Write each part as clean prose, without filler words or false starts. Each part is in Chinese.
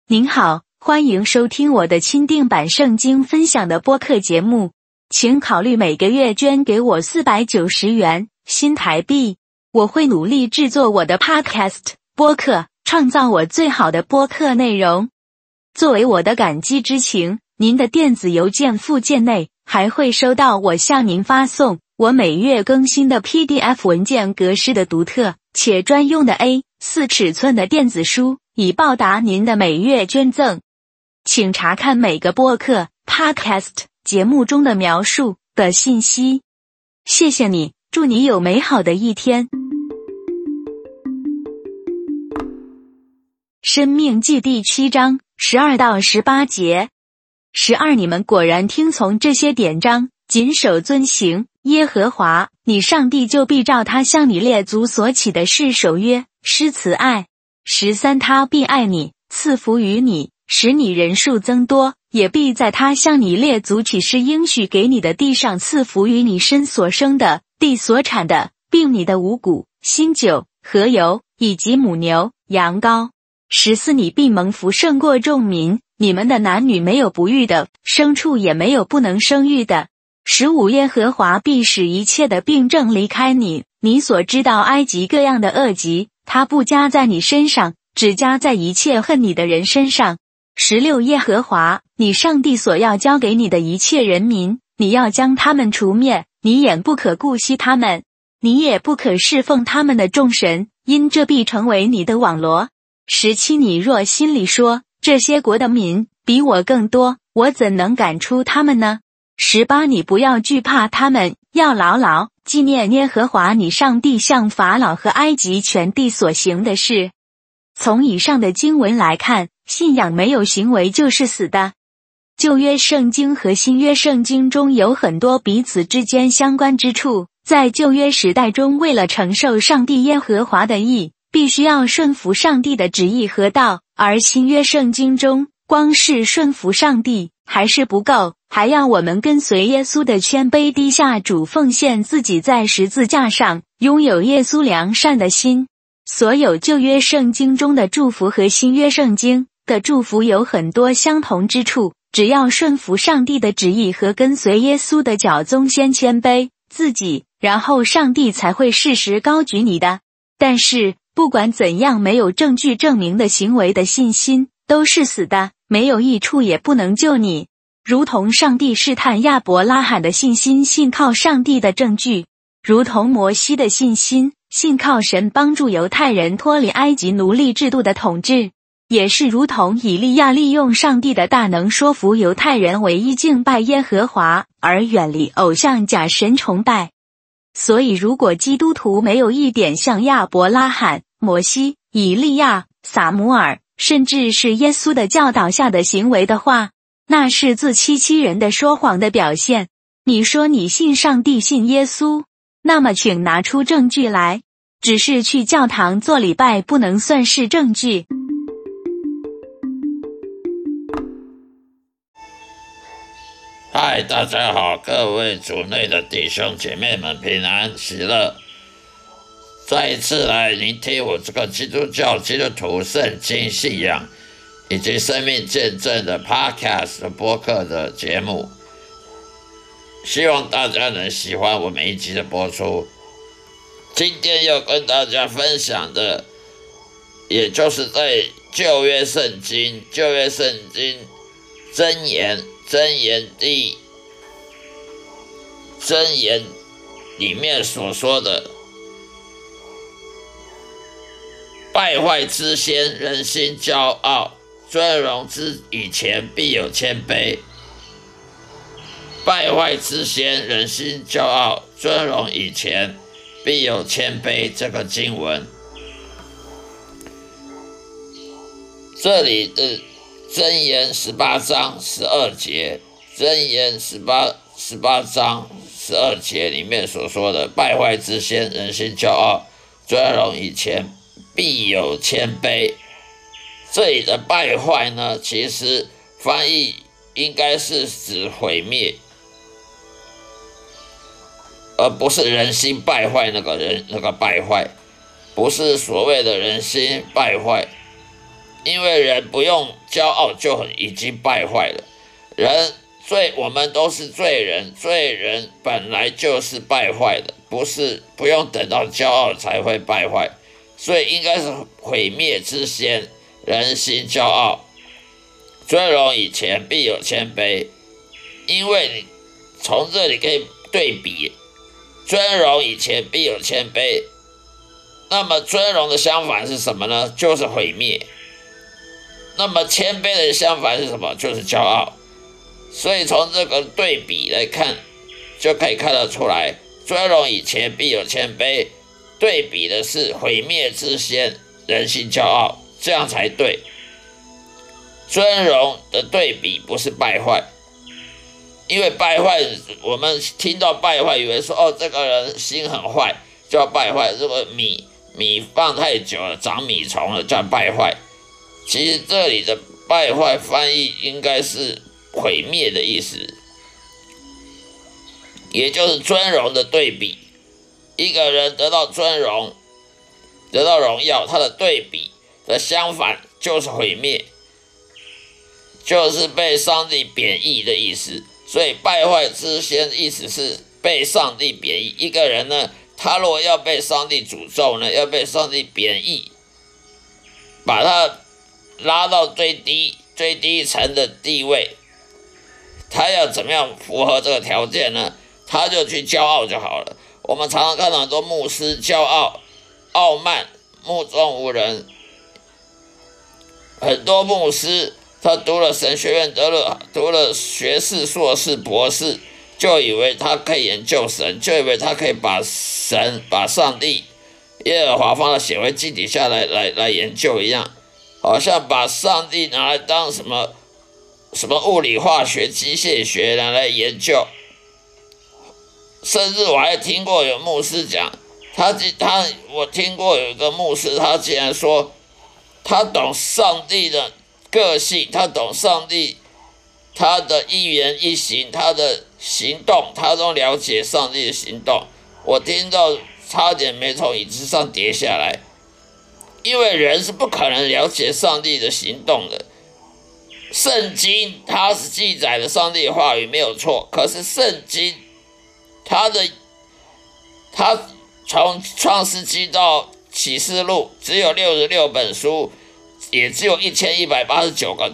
您好，欢迎收听我的钦定版圣经分享的播客节目，请考虑每个月捐给我490元新台币。我会努力制作我的 podcast 播客，创造我最好的播客内容。作为我的感激之情，您的电子邮件附件内还会收到我向您发送我每月更新的 PDF 文件格式的独特且专用的 A4 尺寸的电子书，以报答您的每月捐赠。请查看每个播客 podcast 节目中的描述的信息。谢谢你，祝你有美好的一天。申命记第7章12到18节。12你们果然听从这些典章，谨守遵行，耶和华你上帝就必照他向你列祖所起的誓守约，施慈爱。13他必爱你，赐福于你，使你人数增多，也必在他向你列祖起誓应许给你的地上赐福于你身所生的，地所产的，并你的五谷、新酒、和油，以及母牛、羊羔。14你必蒙福胜过众民，你们的男女没有不育的，牲畜也没有不能生育的。15耶和华必使一切的病症离开你，你所知道埃及各样的恶疾，他不加在你身上，只加在一切恨你的人身上。16耶和华你上帝所要交给你的一切人民，你要将他们除灭，你也不可顾惜他们，你也不可侍奉他们的众神，因这必成为你的网罗。17你若心里说，这些国的民比我更多，我怎能赶出他们呢？18你不要惧怕他们，要牢牢纪念耶和华你上帝向法老和埃及全地所行的事。从以上的经文来看，信仰没有行为就是死的。旧约圣经和新约圣经中有很多彼此之间相关之处。在旧约时代中，为了承受上帝耶和华的义，必须要顺服上帝的旨意和道，而新约圣经中，光是顺服上帝还是不够，还要我们跟随耶稣的谦卑低下主奉献自己，在十字架上拥有耶稣良善的心。所有旧约圣经中的祝福和新约圣经的祝福有很多相同之处，只要顺服上帝的旨意和跟随耶稣的脚踪，先谦卑自己，然后上帝才会适时高举你的。但是不管怎样，没有证据证明的行为的信心都是死的，没有益处，也不能救你。如同上帝试探亚伯拉罕的信心，信靠上帝的证据；如同摩西的信心，信靠神帮助犹太人脱离埃及奴隶制度的统治；也是如同以利亚利用上帝的大能说服犹太人唯一敬拜耶和华，而远离偶像假神崇拜。所以如果基督徒没有一点像亚伯拉罕、摩西、以利亚、撒母耳，甚至是耶稣的教导下的行为的话，那是自欺人的说谎的表现。你说你信上帝信耶稣，那么请拿出证据来，只是去教堂做礼拜不能算是证据。 嗨，大家好，各位主内的弟兄姐妹们平安喜乐。再一次来聆听我这个基督教基督徒圣经信仰以及生命见证的 podcast 的播客的节目，希望大家能喜欢我每一集的播出。今天要跟大家分享的，也就是在旧约圣经箴言里面所说的，败坏之先，人心骄傲；尊荣之以前，必有谦卑。败坏之先，人心骄傲；尊荣以前，必有谦卑。这个经文，这里的箴言18章12节，箴言18章12节里面所说的，败坏之先，人心骄傲；尊荣以前，必有谦卑。这里的败坏呢，其实翻译应该是指毁灭，而不是人心败坏那个败坏，不是所谓的人心败坏， 因为人不用骄傲就已经败坏了。我们都是罪人，罪人本来就是败坏的，不用等到骄傲才会败坏，所以应该是毁灭之先，人心骄傲。尊荣以前必有谦卑，因为你从这里可以对比，尊荣以前必有谦卑。那么尊荣的相反是什么呢？就是毁灭。那么谦卑的相反是什么？就是骄傲。所以从这个对比来看，就可以看得出来，尊荣以前必有谦卑，对比的是毁灭之先，人心骄傲，这样才对。尊荣的对比不是败坏，因为败坏，我们听到败坏，以为说这个人心很坏，叫败坏。如果米放太久了，长米虫了，叫败坏。其实这里的败坏翻译应该是毁灭的意思，也就是尊荣的对比。一个人得到尊荣，得到荣耀，他的对比的相反就是毁灭，就是被上帝贬义的意思。所以败坏之先意思是被上帝贬义。一个人呢，他如果要被上帝诅咒呢，要被上帝贬义，把他拉到最低层的地位，他要怎么样符合这个条件呢？他就去骄傲就好了。我们常常看到很多牧师骄傲、傲慢、目中无人。很多牧师他读了神学院，读了学士、硕士、博士，就以为他可以研究神，就以为他可以把上帝耶和华放到显微镜底下来研究一样，好像把上帝拿来当什么物理、化学、机械学拿来研究。甚至我还听过有牧师讲，我听过有一个牧师，他竟然说他懂上帝的个性，他懂上帝他的一言一行，他的行动，他都了解上帝的行动。我听到差点没从椅子上跌下来，因为人是不可能了解上帝的行动的。圣经它是记载了上帝的话语没有错，可是圣经它从创世纪到启示录只有66本书，也只有1189个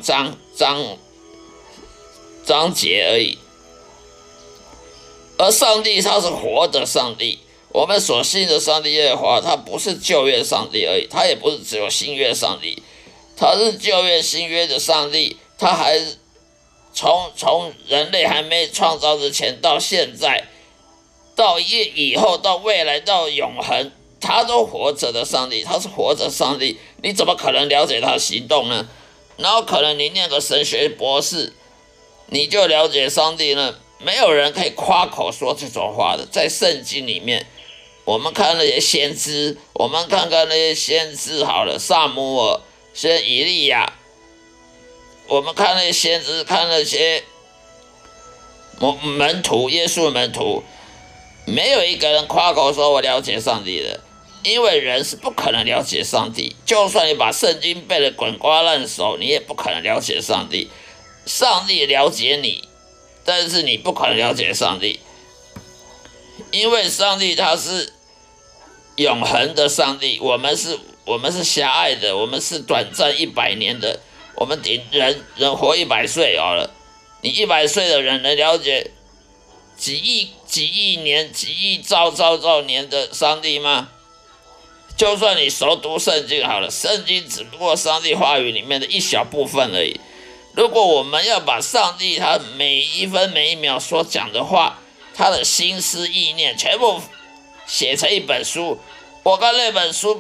章节而已。而上帝他是活的上帝，我们所信的上帝耶和华，他不是旧约上帝而已，他也不是只有新约上帝，他是旧约新约的上帝，他还是从人类还没创造之前到现在，到以后，到未来，到永恒，他都活着的上帝，他是活着上帝，你怎么可能了解他的行动呢？然后可能你念个神学博士，你就了解上帝呢？没有人可以夸口说这种话的。在圣经里面，我们看那些先知，我们看看那些先知好了，撒母耳、以利亚，我们看那些先知，看那些门徒，耶稣的门徒，没有一个人夸口说我了解上帝的，因为人是不可能了解上帝。就算你把圣经背得滚瓜烂熟，你也不可能了解上帝。上帝了解你，但是你不可能了解上帝，因为上帝他是永恒的上帝，我们是狭隘的，我们是短暂100年的，我们人活100岁好了，你100岁的人能了解几亿年、几亿兆年的上帝吗？就算你熟读圣经好了，圣经只不过上帝话语里面的一小部分而已。如果我们要把上帝他每一分每一秒所讲的话，他的心思意念全部写成一本书，我看那本书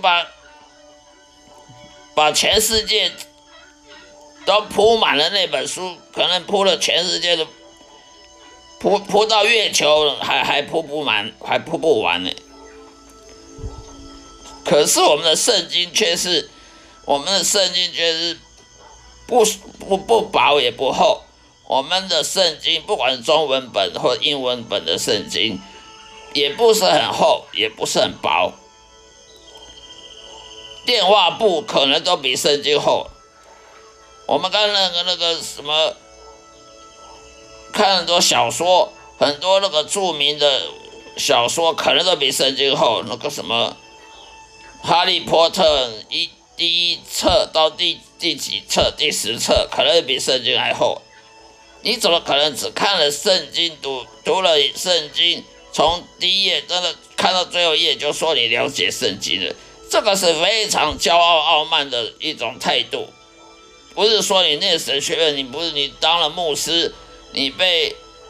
把全世界都铺满了，那本书可能铺了全世界的铺到月球还铺不满，还铺不完呢。可是我们的圣经却是不薄也不厚。我们的圣经不管是中文本或英文本的圣经，也不是很厚，也不是很薄。电话簿可能都比圣经厚， 我们看那个什么，看很多小说，很多那个著名的小说可能都比圣经厚。那个什么《哈利波特》第一册到第几册，第10册，可能比圣经还厚。你怎么可能只看了圣经，读了圣经，从第一页真的看到最后一页就说你了解圣经了？这个是非常骄傲傲慢的一种态度。不是说你念神学院，你当了牧师，你被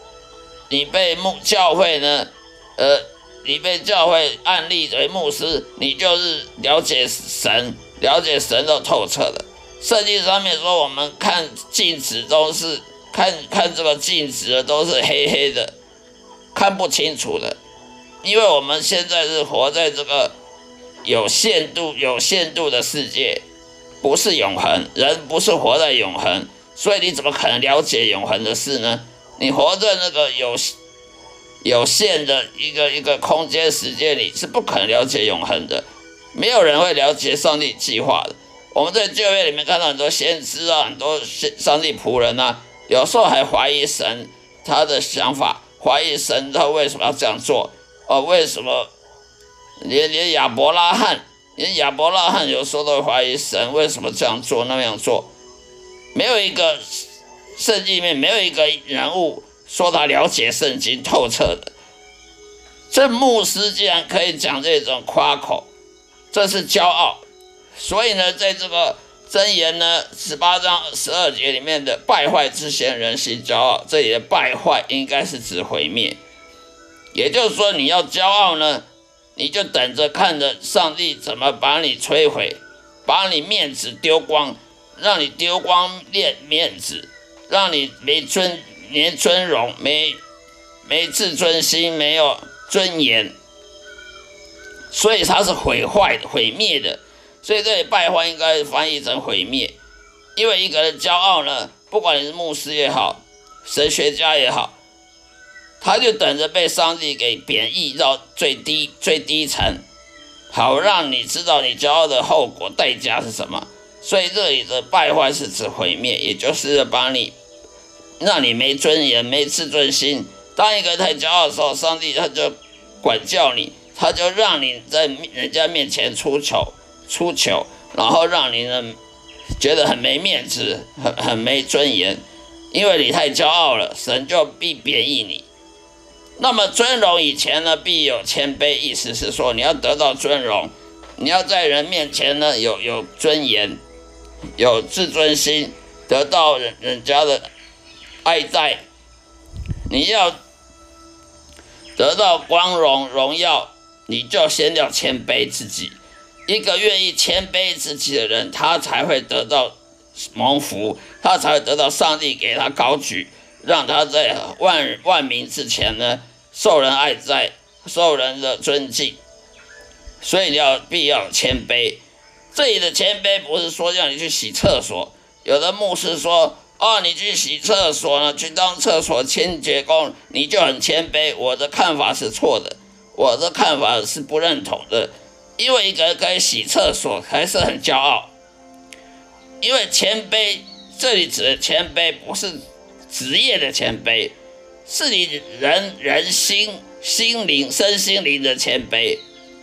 教会呢，你被教会按立为牧师，你就是了解神都透彻的。圣经上面说，我们看镜子都是看这个镜子的都是黑黑的，看不清楚的，因为我们现在是活在这个有限度的世界，不是永恒，人不是活在永恒，所以你怎么可能了解永恒的事呢？你活在那个有限的一个空间时间里，是不可能了解永恒的。没有人会了解上帝计划的。我们在旧约里面看到很多先知啊，很多上帝仆人啊，有时候还怀疑神他的想法，怀疑神他为什么要这样做？为什么连亚伯拉罕有时候都怀疑神为什么这样做那样做？没有一个圣经里面没有一个人物说他了解圣经透彻的。这牧师竟然可以讲这种夸口，这是骄傲。所以呢，在这个箴言呢18章12节里面的败坏之先人心骄傲，这里的败坏应该是指毁灭。也就是说，你要骄傲呢，你就等着看着上帝怎么把你摧毁，把你面子丢光，让你丢光面子，让你没尊荣，没自尊心，没有尊严，所以它是毁灭的。所以这里败坏应该翻译成毁灭。因为一个人骄傲呢，不管你是牧师也好，神学家也好，他就等着被上帝给贬义到最低层，好让你知道你骄傲的后果代价是什么。所以这里的败坏是指毁灭，也就是让你没尊严，没自尊心。当一个人太骄傲的时候，上帝他就管教你，他就让你在人家面前出糗，然后让你呢觉得很没面子，很没尊严，因为你太骄傲了，神就必贬义你。那么尊荣以前呢，必有谦卑，意思是说你要得到尊荣，你要在人面前呢有尊严，有自尊心，得到人家的爱戴，你要得到光荣荣耀，你就先要谦卑自己。一个愿意谦卑自己的人，他才会得到蒙福，他才会得到上帝给他高举，让他在万民之前呢受人爱戴，受人的尊敬。所以必要谦卑。这里的谦卑不是说让你去洗厕所，有的牧师说你去洗厕所呢，去当厕所清洁工，你就很谦卑。我的看法是错的，我的看法是不认同的。因为一个人可以洗厕所还是很骄傲。因为谦卑，这里指的谦卑不是职业的谦卑，是你人心灵身心灵的谦卑。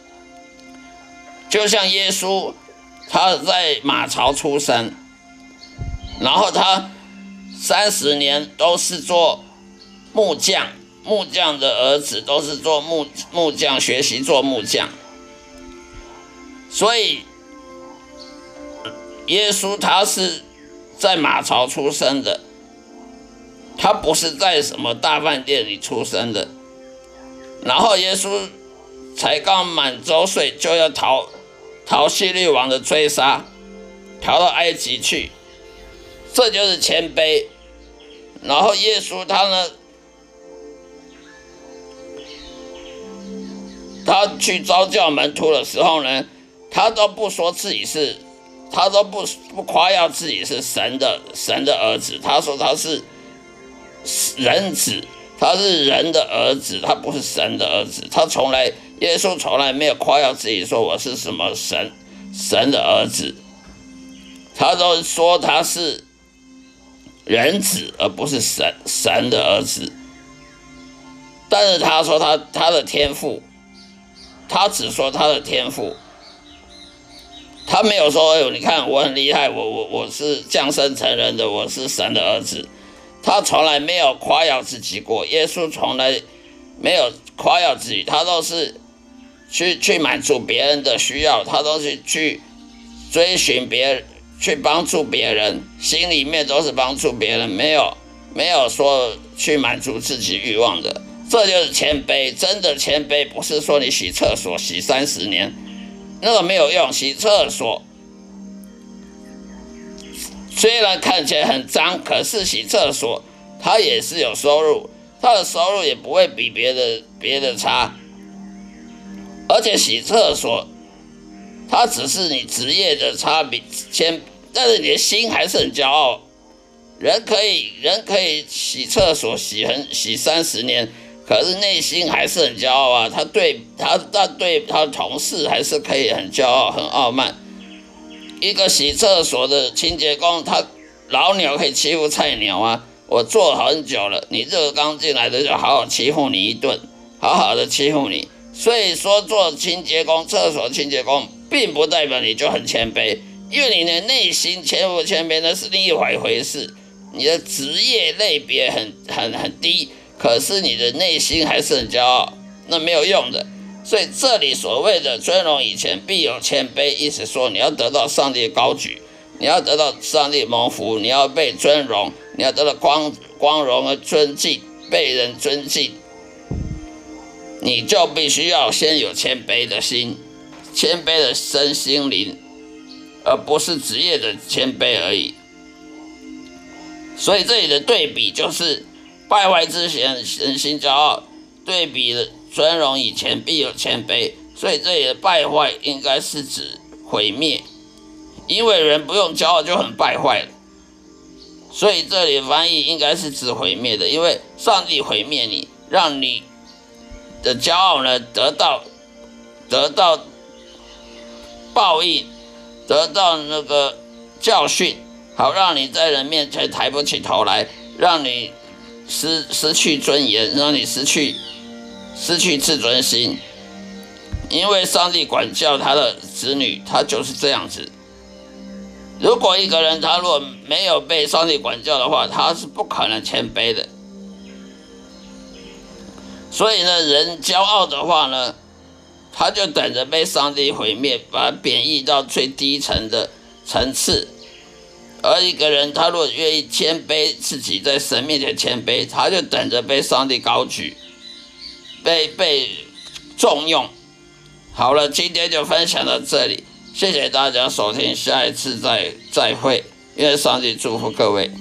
就像耶稣他在马槽出生，然后他30年都是做木匠的儿子，都是做木匠，学习做木匠。所以耶稣他是在马槽出生的，他不是在什么大饭店里出生的。然后耶稣才刚满周岁，就要逃希律王的追杀，逃到埃及去，这就是谦卑。然后耶稣他呢，他去召教门徒的时候呢，他都不说自己是，他都不夸耀自己是神的儿子，他说他是人子，他是人的儿子，他不是神的儿子。耶稣从来没有夸耀自己说我是什么神的儿子，他都说他是人子，而不是神的儿子。但是他说他的天赋，他只说他的天赋，他没有说，你看我很厉害，我是降生成人的，我是神的儿子。他从来没有夸耀自己过，耶稣从来没有夸耀自己，他都是去满足别人的需要，他都是去追寻别人，去帮助别人，心里面都是帮助别人，没有说去满足自己欲望的。这就是谦卑，真的谦卑不是说你洗厕所洗30年，那个没有用。洗厕所虽然看起来很脏，可是洗厕所它也是有收入，它的收入也不会比别的差。而且洗厕所它只是你职业的差别，但是你的心还是很骄傲。人可以洗厕所洗30年。可是内心还是很骄傲啊，他对他的同事还是可以很骄傲、很傲慢。一个洗厕所的清洁工，他老鸟可以欺负菜鸟啊！我做很久了，你这个刚进来的就好好欺负你一顿，好好的欺负你。所以说，做清洁工、厕所清洁工，并不代表你就很谦卑，因为你的内心谦不谦卑那是另一回事。你的职业类别很低。可是你的内心还是很骄傲，那没有用的。所以这里所谓的尊荣以前必有谦卑，意思说你要得到上帝的高举，你要得到上帝蒙福，你要被尊荣，你要得到光荣和尊敬，被人尊敬，你就必须要先有谦卑的心，谦卑的身心灵，而不是职业的谦卑而已。所以这里的对比就是败坏之前人心骄傲，对比了尊荣以前必有谦卑，所以这里的败坏应该是指毁灭，因为人不用骄傲就很败坏了，所以这里的翻译应该是指毁灭的，因为上帝毁灭你，让你的骄傲呢得到报应，得到那个教训，好让你在人面前抬不起头来，让你失去尊严，让你失去自尊心。因为上帝管教他的子女，他就是这样子。如果一个人他如果没有被上帝管教的话，他是不可能谦卑的。所以呢，人骄傲的话呢，他就等着被上帝毁灭，把他贬义到最低层的层次。而一个人他如果愿意谦卑自己，在神面前谦卑，他就等着被上帝高举，被重用。好了，今天就分享到这里，谢谢大家收听，下一次再会，愿上帝祝福各位。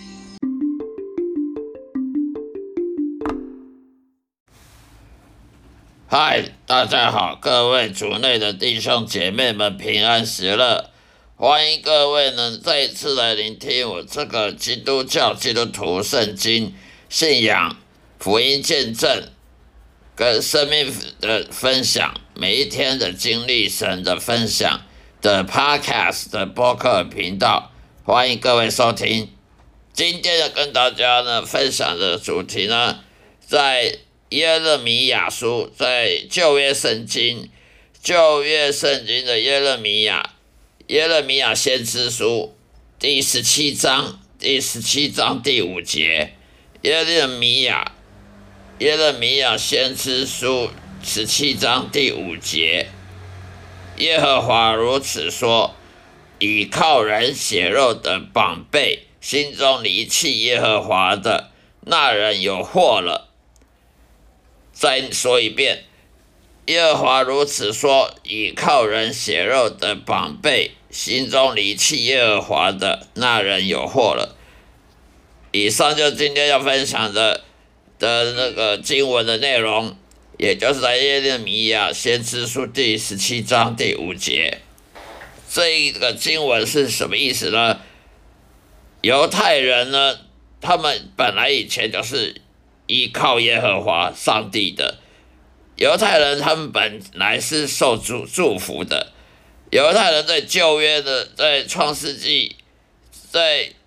嗨，大家好，各位主内的弟兄姐妹们平安喜乐，欢迎各位呢再一次来聆听我这个基督教基督徒圣经信仰福音见证跟生命的分享，每一天的经历神的分享的 Podcast 的播客频道，欢迎各位收听。今天要跟大家呢分享的主题呢，在耶勒米亚书，在旧约圣经的耶勒米亚先知书第17章第5节，耶勒米亚先知书17章第5节，耶和华如此说：倚靠人血肉的膀臂，心中离弃耶和华的，那人有祸了。再说一遍，耶和华如此说：倚靠人血肉的膀臂，心中离弃耶和华的，那人有祸了。以上就今天要分享的那个经文的内容，也就是在耶勒米亚先知书第17章第5节。这个经文是什么意思呢？犹太人呢，他们本来以前就是依靠耶和华上帝的，犹太人他们本来是受祝福的。犹太人在旧约的，在创世纪，在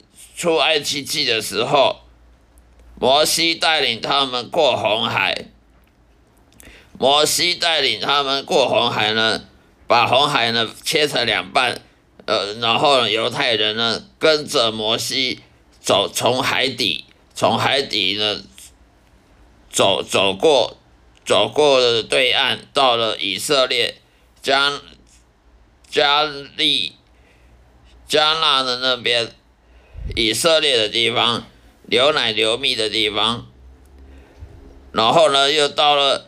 出埃及记的时候，摩西带领他们过红海。摩西带领他们过红海呢，把红海呢切成两半，然后呢犹太人呢跟着摩西从海底呢走过了对岸，到了以色列加纳的那边，以色列的地方，流奶流蜜的地方，然后呢又到了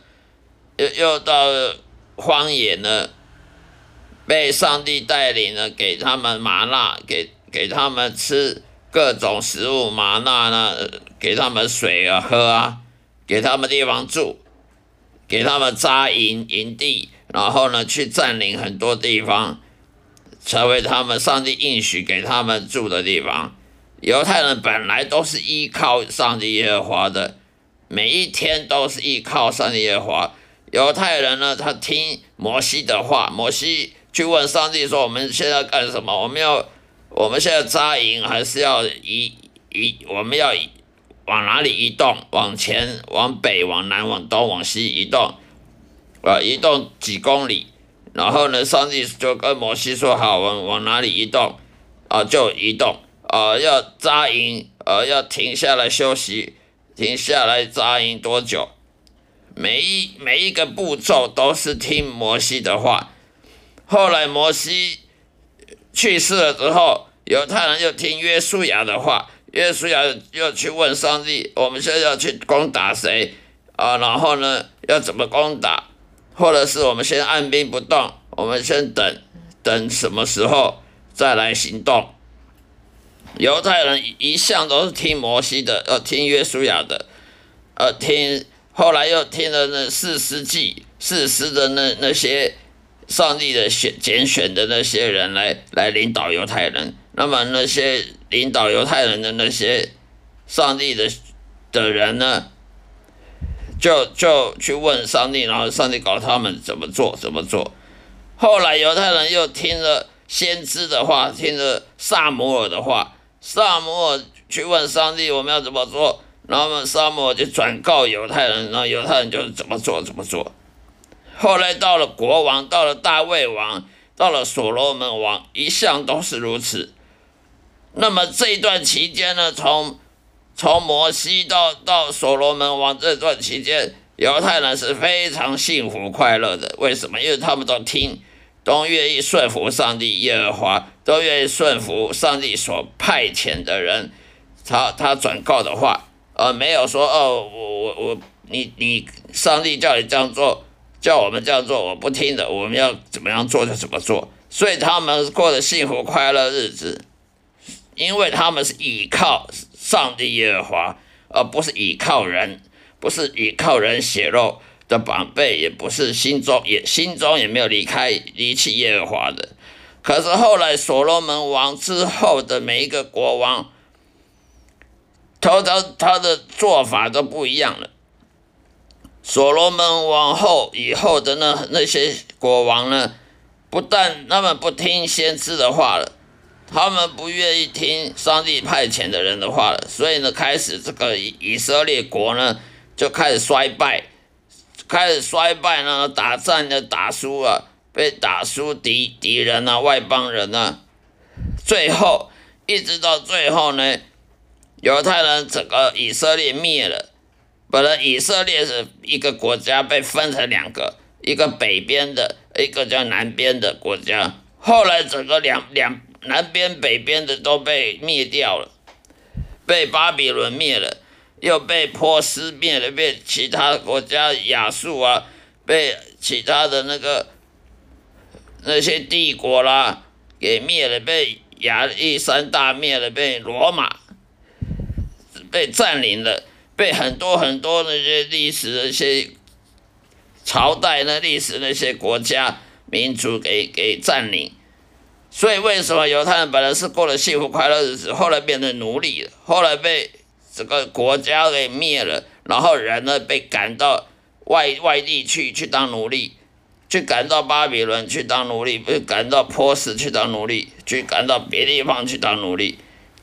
荒野呢，被上帝带领呢，给他们玛纳，给他们吃各种食物，玛纳呢，给他们水啊喝啊，给他们地方住，给他们扎营地，然后呢去占领很多地方，成为他们上帝应许给他们住的地方。犹太人本来都是依靠上帝耶和华的，每一天都是依靠上帝耶和华。犹太人呢，他听摩西的话，摩西去问上帝说：“我们现在干什么？我们现在扎营，还是要我们要往哪里移动？往前、往北、往南、往东、往西移动，移动几公里？然后呢，上帝就跟摩西说：好，往哪里移动？就移动。要扎营，要停下来休息，停下来扎营多久？每一个步骤都是听摩西的话。后来摩西去世了之后，犹太人又听约书亚的话，约书亚又去问上帝：我们现在要去攻打谁？然后呢，要怎么攻打？或者是我们先按兵不动，我们先等什么时候再来行动？犹太人一向都是听摩西的，听约书亚的，后来又听了那士师的那些上帝的拣选的那些人来领导犹太人。那么那些领导犹太人的那些上帝的人呢，就去问上帝，然后上帝告诉他们怎么做。后来犹太人又听了先知的话，听了撒母耳的话，撒母耳去问上帝我们要怎么做，然后撒母耳就转告犹太人，然后犹太人就怎么做。后来到了国王，到了大卫王，到了所罗门王，一向都是如此。那么这一段期间呢，从摩西到所罗门王这段期间，犹太人是非常幸福快乐的。为什么？因为他们都愿意顺服上帝耶和华，都愿意顺服上帝所派遣的人，他转告的话，没有说你上帝叫你这样做，叫我们这样做，我不听的，我们要怎么样做就怎么做。所以他们过得幸福快乐日子，因为他们是倚靠上帝耶和华，而不是倚靠人，不是倚靠人血肉的绑背，也不是心中也没有离弃耶和华的。可是后来所罗门王之后的每一个国王，他的做法都不一样了。所罗门王以后的那些国王呢，不但他们不听先知的话了，他们不愿意听上帝派遣的人的话了，所以呢，开始这个以色列国呢就开始衰败呢，打仗呢打输了，被打输敌人啊，外邦人啊，一直到最后呢，犹太人整个以色列灭了。本来以色列是一个国家，被分成两个，一个北边的，一个叫南边的国家。后来整个两南边北边的都被灭掉了，被巴比伦灭了，又被波斯灭了，被其他国家亚述啊，被其他的那些帝国啦给灭了，被亚历山大灭了，被罗马被占领了，被很多那些历史的一些朝代历史那些国家民族给占领。所以为什么犹太人本来是过了幸福快乐日子，后来变成奴隶了，后来被这个国家给灭了，然后人呢被赶到外地去当奴隶，去赶到巴比伦去当奴隶，被赶到波斯去当奴隶，去赶到别地方去当奴隶。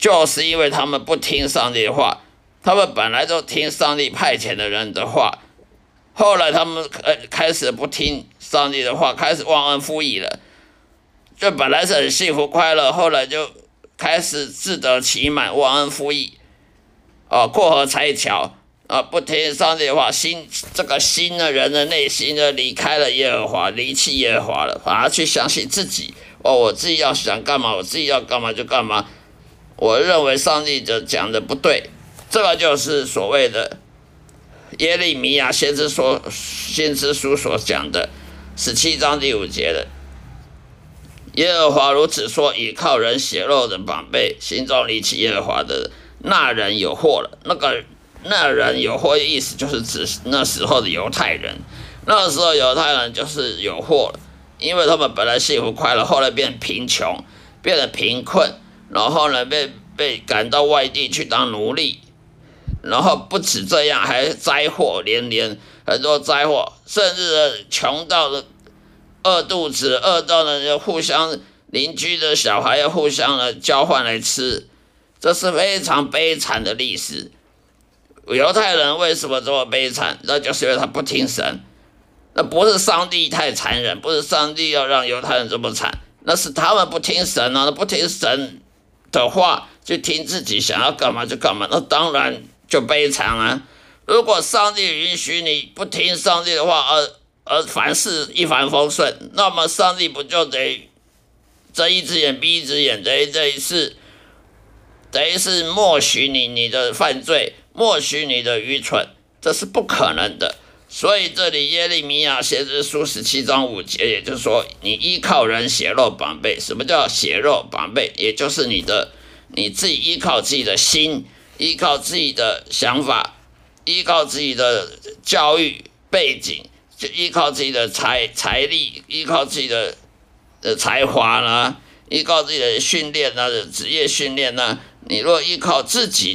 就是因为他们不听上帝的话，他们本来就听上帝派遣的人的话，后来他们开始不听上帝的话，开始忘恩负义了，就本来是很幸福快乐，后来就开始自得其满，忘恩负义，过河拆桥，不听上帝的话，这个新的人的内心呢离开了耶和华，离弃耶和华了，反而去相信自己，我自己要想干嘛，我自己要干嘛就干嘛，我认为上帝讲的不对，这个就是所谓的耶利米亚先知书所讲的17章第5节的。耶和华如此说：倚靠人血肉的膀臂，心中离弃耶和华的那人有祸了。那人有祸的意思就是指那时候的犹太人。那时候犹太人就是有祸了，因为他们本来幸福快乐，后来变贫穷，变得贫困，然后呢被赶到外地去当奴隶，然后不止这样，还灾祸连连，很多灾祸，甚至穷到了饿肚子，饿到了互相邻居的小孩要互相的交换来吃，这是非常悲惨的历史。犹太人为什么这么悲惨？那就是因为他不听神。那不是上帝太残忍，不是上帝要让犹太人这么惨，那是他们不听神啊！不听神的话，就听自己想要干嘛就干嘛，那当然就悲惨啊！如果上帝允许你不听上帝的话，而凡事一帆风顺，那么上帝不就得睁一只眼闭一只眼，等于是默许你的犯罪，默许你的愚蠢，这是不可能的。所以这里耶利米亚先知书17章5节，也就是说，你依靠人血肉绑背。什么叫血肉绑背？也就是你自己依靠自己的心，依靠自己的想法，依靠自己的教育背景，就依靠自己的财力，依靠自己的才华啦，依靠自己的训练啊，职业训练啊。你若依靠自己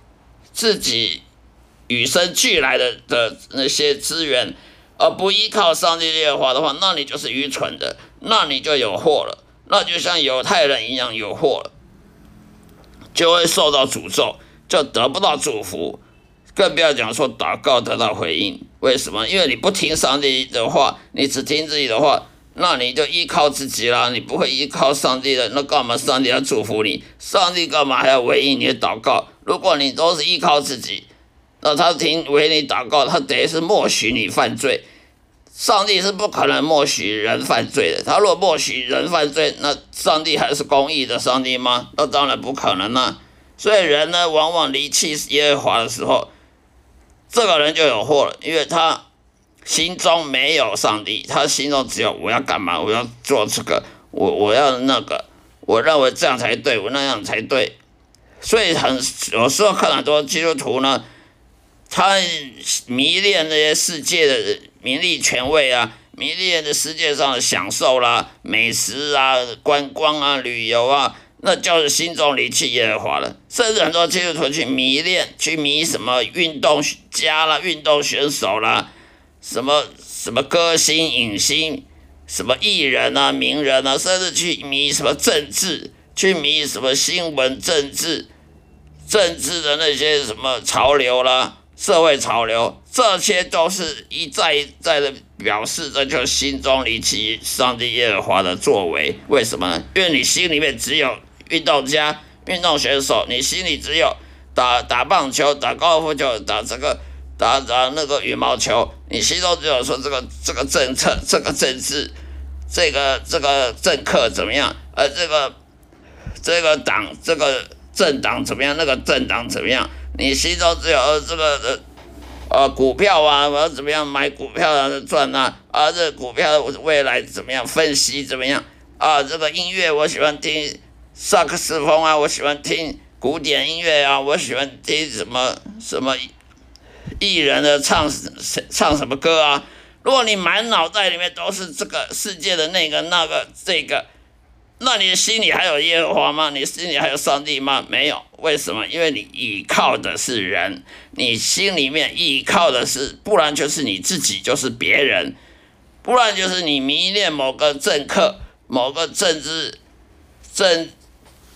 与生俱来的那些资源，而不依靠上帝耶和华的话，那你就是愚蠢的，那你就有祸了，那就像犹太人一样有祸了，就会受到诅咒，就得不到祝福，更不要讲说祷告得到回应。为什么？因为你不听上帝的话，你只听自己的话，那你就依靠自己啦，你不会依靠上帝的，那干嘛上帝要祝福你？上帝干嘛还要回应你的祷告？如果你都是依靠自己，那他为你祷告，他等于是默许你犯罪。上帝是不可能默许人犯罪的，他若默许人犯罪，那上帝还是公义的上帝吗？那当然不可能啦。所以人呢，往往离弃耶和华的时候，这个人就有祸了，因为他心中没有上帝，他心中只有我要干嘛，我要做这个，我要那个，我认为这样才对，我那样才对。所以有时候看很多基督徒呢，他迷恋那些世界的名利权位啊，迷恋的世界上的享受啦、美食啊、观光啊、旅游啊，那就是心中离弃耶和华了。甚至很多基督徒去迷什么运动家啦、运动选手啦，什么歌星、影星，什么艺人啊、名人啊，甚至去迷什么政治，去迷什么新闻、政治的那些什么潮流啦、社会潮流，这些都是一再一再的表示，这就是心中离弃上帝耶和华的作为。为什么呢？因为你心里面只有运动家、运动选手，你心里只有打棒球、打高尔夫球、打那个羽毛球，你心中只有说这个政策、这个政治、这个政客怎么样，这个党、这个政党怎么样，那个政党怎么样，你心中只有这个股票啊，我要怎么样买股票啊赚啊，这个股票未来怎么样分析怎么样啊，这个音乐我喜欢听萨克斯风啊，我喜欢听古典音乐啊，我喜欢听什么艺人的唱什么歌啊。如果你满脑袋里面都是这个世界的那个这个，那你的心里还有耶和华吗？你心里还有上帝吗？没有。为什么？因为你依靠的是人，你心里面依靠的是，不然就是你自己，就是别人，不然就是你迷恋某个政客、某个政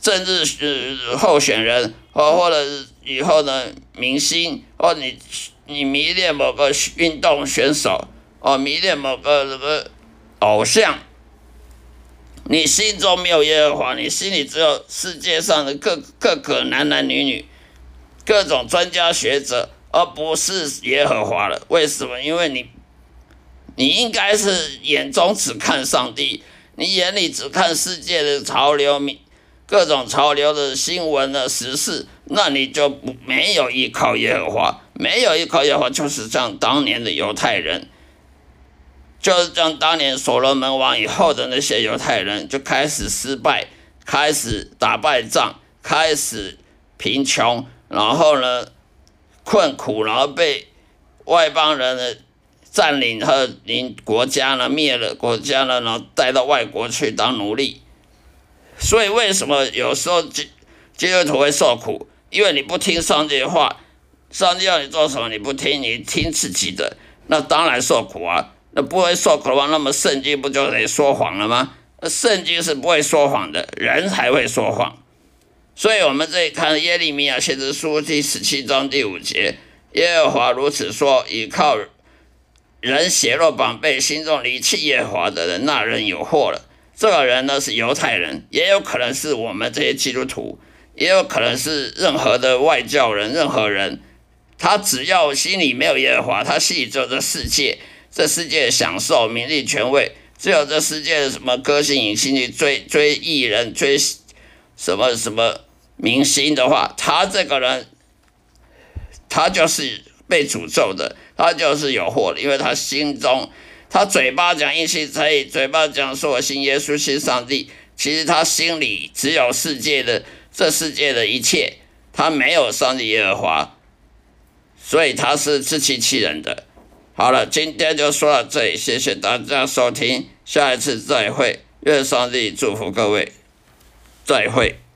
政治候选人，或者以后的明星，或你迷恋某个运动选手，迷恋某个什么偶像，你心中没有耶和华，你心里只有世界上的各个男男女女，各种专家学者，而不是耶和华了。为什么？因为你应该是眼中只看上帝，你眼里只看世界的潮流，各种潮流的新闻的时事，那你就没有依靠耶和华，没有依靠耶和华，就是像当年的犹太人，就是像当年所罗门王以后的那些犹太人，就开始失败，开始打败仗，开始贫穷，然后呢困苦，然后被外邦人的占领和国家呢，灭了国家呢，然后带到外国去当奴隶。所以为什么有时候基督徒会受苦？因为你不听上帝的话，上帝要你做什么你不听，你听自己的，那当然受苦啊。那不会受苦的话，那么圣经不就得说谎了吗？圣经是不会说谎的，人才会说谎。所以我们这里看耶利米亚先知书第17章第5节，耶和华如此说：倚靠人血肉绑背，心中离弃耶和华的人，那人有祸了。这个人呢是犹太人，也有可能是我们这些基督徒，也有可能是任何的外教人，任何人，他只要心里没有耶和华，他心里只有这世界，这世界的享受、名利、权位，只有这世界的什么歌星、影星去追艺人、追什么明星的话，他这个人，他就是被诅咒的，他就是有祸的，因为他心中。他嘴巴讲一心才艺，嘴巴讲说我信耶稣信上帝，其实他心里只有这世界的一切，他没有上帝耶和华，所以他是自欺欺人的。好了，今天就说到这里，谢谢大家收听，下一次再会，愿上帝祝福各位，再会。